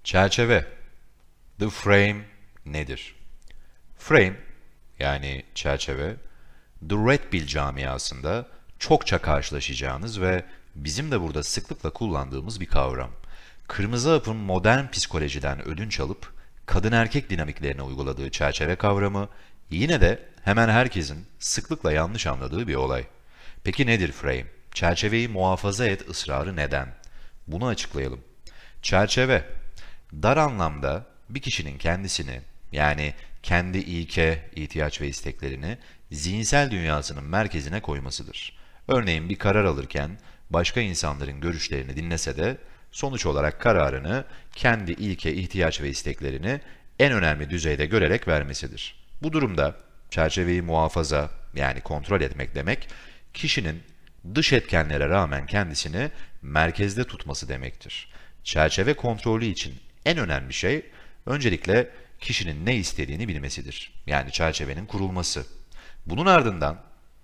Çerçeve, the frame nedir? Frame, yani çerçeve, The Red Pill camiasında çokça karşılaşacağınız ve bizim de burada sıklıkla kullandığımız bir kavram. Kırmızı Hap'ın modern psikolojiden ödünç alıp kadın erkek dinamiklerine uyguladığı çerçeve kavramı yine de hemen herkesin sıklıkla yanlış anladığı bir olay. Peki nedir frame? Çerçeveyi muhafaza et ısrarı neden? Bunu açıklayalım. Çerçeve, dar anlamda bir kişinin kendisini, yani kendi ilke, ihtiyaç ve isteklerini zihinsel dünyasının merkezine koymasıdır. Örneğin bir karar alırken başka insanların görüşlerini dinlese de sonuç olarak kararını kendi ilke, ihtiyaç ve isteklerini en önemli düzeyde görerek vermesidir. Bu durumda çerçeveyi muhafaza, yani kontrol etmek demek, kişinin dış etkenlere rağmen kendisini merkezde tutması demektir. Çerçeve kontrolü için en önemli şey öncelikle kişinin ne istediğini bilmesidir. Yani çerçevenin kurulması. Bunun ardından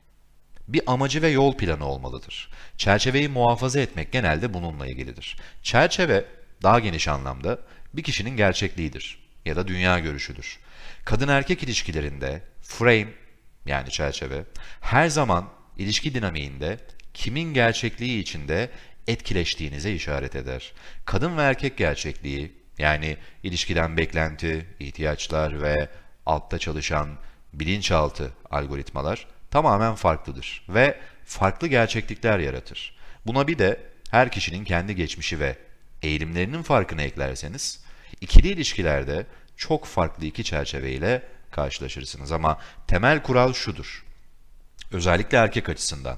bir amacı ve yol planı olmalıdır. Çerçeveyi muhafaza etmek genelde bununla ilgilidir. Çerçeve daha geniş anlamda bir kişinin gerçekliğidir ya da dünya görüşüdür. Kadın erkek ilişkilerinde frame, yani çerçeve, her zaman ilişki dinamiğinde kimin gerçekliği içinde etkileştiğinize işaret eder. Kadın ve erkek gerçekliği, yani ilişkiden beklenti, ihtiyaçlar ve altta çalışan bilinçaltı algoritmalar tamamen farklıdır ve farklı gerçeklikler yaratır. Buna bir de her kişinin kendi geçmişi ve eğilimlerinin farkını eklerseniz, ikili ilişkilerde çok farklı iki çerçeveyle karşılaşırsınız. Ama temel kural şudur, özellikle erkek açısından.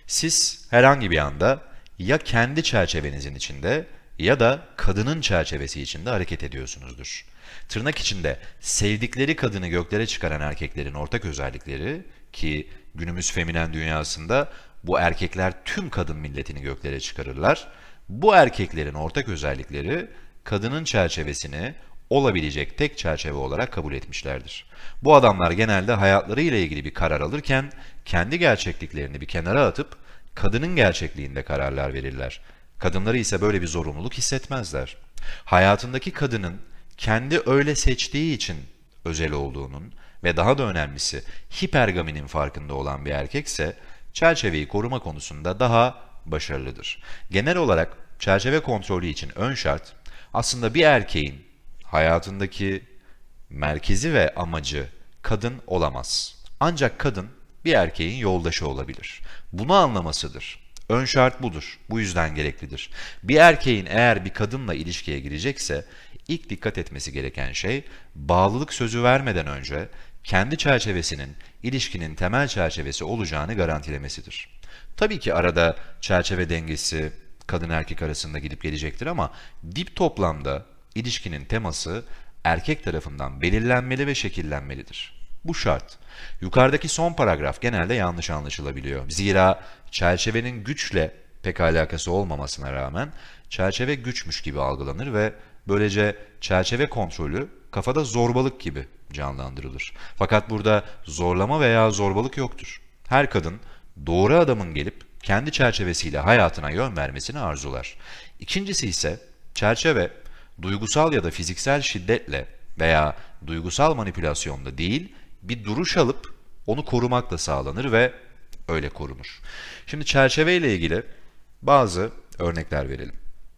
Siz herhangi bir anda ya kendi çerçevenizin içinde ya da kadının çerçevesi içinde hareket ediyorsunuzdur. Tırnak içinde sevdikleri kadını göklere çıkaran erkeklerin ortak özellikleri, ki günümüz feminen dünyasında bu erkekler tüm kadın milletini göklere çıkarırlar. Bu erkeklerin ortak özellikleri kadının çerçevesini olabilecek tek çerçeve olarak kabul etmişlerdir. Bu adamlar genelde hayatları ile ilgili bir karar alırken kendi gerçekliklerini bir kenara atıp kadının gerçekliğinde kararlar verirler. Kadınları ise böyle bir zorunluluk hissetmezler. Hayatındaki kadının kendi öyle seçtiği için özel olduğunun ve daha da önemlisi hipergaminin farkında olan bir erkekse çerçeveyi koruma konusunda daha başarılıdır. Genel olarak çerçeve kontrolü için ön şart aslında bir erkeğin hayatındaki merkezi ve amacı kadın olamaz. Ancak kadın bir erkeğin yoldaşı olabilir. Bunu anlamasıdır. Ön şart budur. Bu yüzden gereklidir. Bir erkeğin eğer bir kadınla ilişkiye girecekse ilk dikkat etmesi gereken şey bağlılık sözü vermeden önce kendi çerçevesinin ilişkinin temel çerçevesi olacağını garantilemesidir. Tabii ki arada çerçeve dengesi kadın erkek arasında gidip gelecektir ama dip toplamda ilişkinin teması erkek tarafından belirlenmeli ve şekillenmelidir. Bu şart. Yukarıdaki son paragraf genelde yanlış anlaşılabiliyor. Zira çerçevenin güçle pek alakası olmamasına rağmen çerçeve güçmüş gibi algılanır ve böylece çerçeve kontrolü kafada zorbalık gibi canlandırılır. Fakat burada zorlama veya zorbalık yoktur. Her kadın doğru adamın gelip kendi çerçevesiyle hayatına yön vermesini arzular. İkincisi ise çerçeve duygusal ya da fiziksel şiddetle veya duygusal manipülasyonla değil, bir duruş alıp onu korumakla sağlanır ve öyle korunur. Şimdi çerçeve ile ilgili bazı örnekler verelim.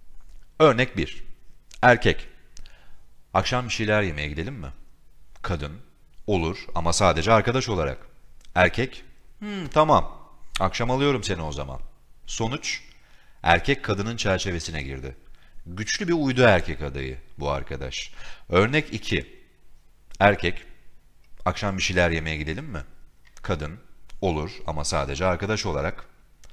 Örnek 1. Erkek. Akşam bir şeyler yemeye gidelim mi? Kadın. Olur ama sadece arkadaş olarak. Erkek. Tamam. Akşam alıyorum seni o zaman. Sonuç. Erkek kadının çerçevesine girdi. Güçlü bir uydu erkek adayı bu arkadaş. Örnek 2. Erkek. Akşam bir şeyler yemeye gidelim mi? Kadın. Olur ama sadece arkadaş olarak.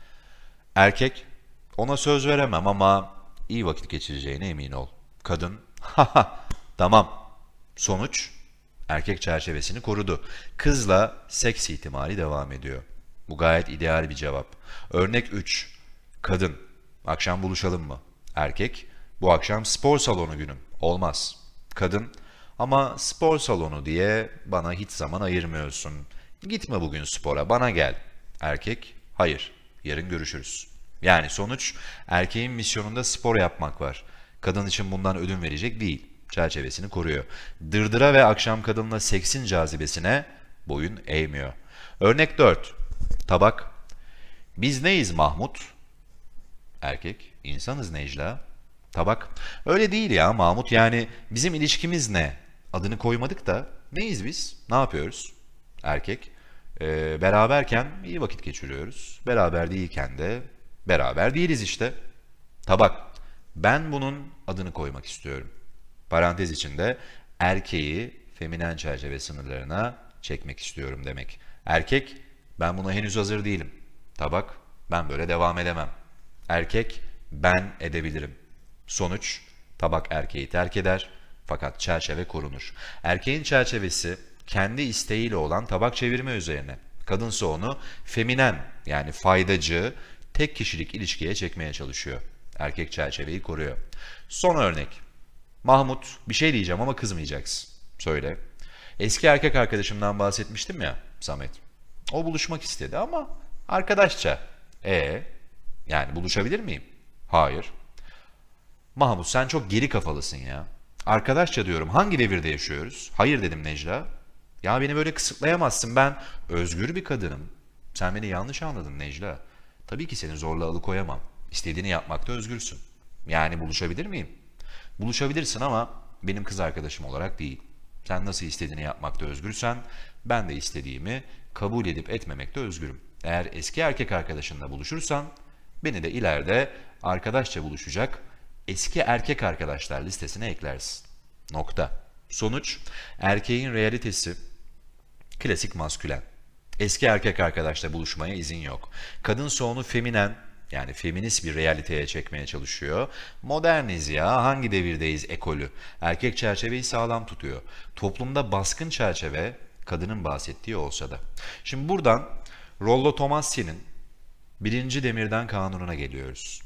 Erkek. Ona söz veremem ama iyi vakit geçireceğine emin ol. Kadın. Haha. Tamam. Sonuç. Erkek çerçevesini korudu. Kızla seks ihtimali devam ediyor. Bu gayet ideal bir cevap. Örnek 3. Kadın. Akşam buluşalım mı? Erkek. Bu akşam spor salonu günüm. Olmaz. Kadın. Ama spor salonu diye bana hiç zaman ayırmıyorsun. Gitme bugün spora, bana gel. Erkek. Hayır. Yarın görüşürüz. Yani sonuç, erkeğin misyonunda spor yapmak var. Kadın için bundan ödün verecek değil. Çerçevesini koruyor. Dırdıra ve akşam kadınla seksin cazibesine boyun eğmiyor. Örnek 4. Tabak. Biz neyiz Mahmut? Erkek. İnsanız Necla. Tabak. Öyle değil ya Mahmut, yani bizim ilişkimiz ne? Adını koymadık da neyiz biz? Ne yapıyoruz? Erkek. Beraberken iyi vakit geçiriyoruz. Beraber değilken de beraber değiliz işte. Tabak. Ben bunun adını koymak istiyorum. Parantez içinde erkeği feminen çerçeve sınırlarına çekmek istiyorum demek. Erkek, ben buna henüz hazır değilim. Tabak, ben böyle devam edemem. Erkek, ben edebilirim. Sonuç, tabak erkeği terk eder fakat çerçeve korunur. Erkeğin çerçevesi kendi isteğiyle olan tabak çevirme üzerine. Kadınsa onu feminen, yani faydacı, tek kişilik ilişkiye çekmeye çalışıyor. Erkek çerçeveyi koruyor. Son örnek. Mahmut, bir şey diyeceğim ama kızmayacaksın. Söyle. Eski erkek arkadaşımdan bahsetmiştim ya Samet. O buluşmak istedi ama arkadaşça. Yani buluşabilir miyim? Hayır. Mahmut, sen çok geri kafalısın ya. Arkadaşça diyorum, hangi devirde yaşıyoruz? Hayır dedim Necla. Ya beni böyle kısıtlayamazsın, ben özgür bir kadınım. Sen beni yanlış anladın Necla. Tabii ki seni zorla alıkoyamam. İstediğini yapmakta özgürsün. Yani buluşabilir miyim? Buluşabilirsin ama benim kız arkadaşım olarak değil. Sen nasıl istediğini yapmakta özgürsen, ben de istediğimi kabul edip etmemekte özgürüm. Eğer eski erkek arkadaşınla buluşursan, beni de ileride arkadaşça buluşacak eski erkek arkadaşlar listesine eklersin. Nokta. Sonuç, erkeğin realitesi klasik maskülen. Eski erkek arkadaşla buluşmaya izin yok. Kadınsa onu feminen, yani feminist bir realiteye çekmeye çalışıyor. Moderniz ya, hangi devirdeyiz ekolü. Erkek çerçeveyi sağlam tutuyor. Toplumda baskın çerçeve kadının bahsettiği olsa da. Şimdi buradan Rollo Tomassi'nin birinci demirden kanununa geliyoruz.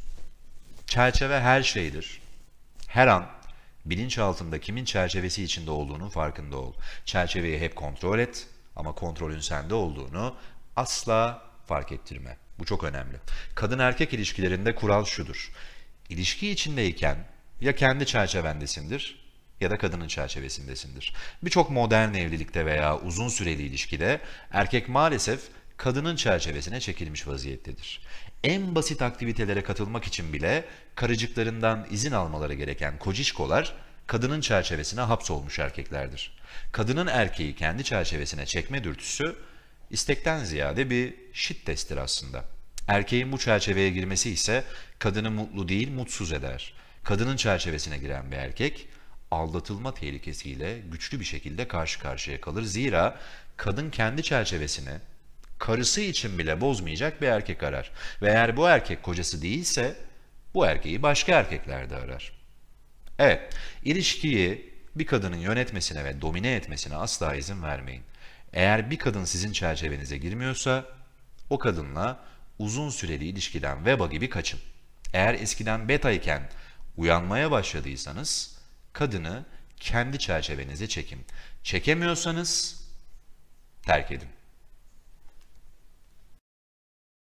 Çerçeve her şeydir. Her an bilinç altında kimin çerçevesi içinde olduğunun farkında ol. Çerçeveyi hep kontrol et ama kontrolün sende olduğunu asla fark ettirme. Bu çok önemli. Kadın erkek ilişkilerinde kural şudur. İlişki içindeyken ya kendi çerçevendesindir ya da kadının çerçevesindesindir. Birçok modern evlilikte veya uzun süreli ilişkide erkek maalesef kadının çerçevesine çekilmiş vaziyettedir. En basit aktivitelere katılmak için bile karıcıklarından izin almaları gereken kocişkolar kadının çerçevesine hapsolmuş erkeklerdir. Kadının erkeği kendi çerçevesine çekme dürtüsü istekten ziyade bir shit testtir aslında. Erkeğin bu çerçeveye girmesi ise kadını mutlu değil mutsuz eder. Kadının çerçevesine giren bir erkek aldatılma tehlikesiyle güçlü bir şekilde karşı karşıya kalır. Zira kadın kendi çerçevesini karısı için bile bozmayacak bir erkek arar. Ve eğer bu erkek kocası değilse bu erkeği başka erkeklerde arar. Evet, ilişkiyi bir kadının yönetmesine ve domine etmesine asla izin vermeyin. Eğer bir kadın sizin çerçevenize girmiyorsa o kadınla uzun süreli ilişkiden veba gibi kaçın. Eğer eskiden beta iken uyanmaya başladıysanız kadını kendi çerçevenize çekin. Çekemiyorsanız terk edin.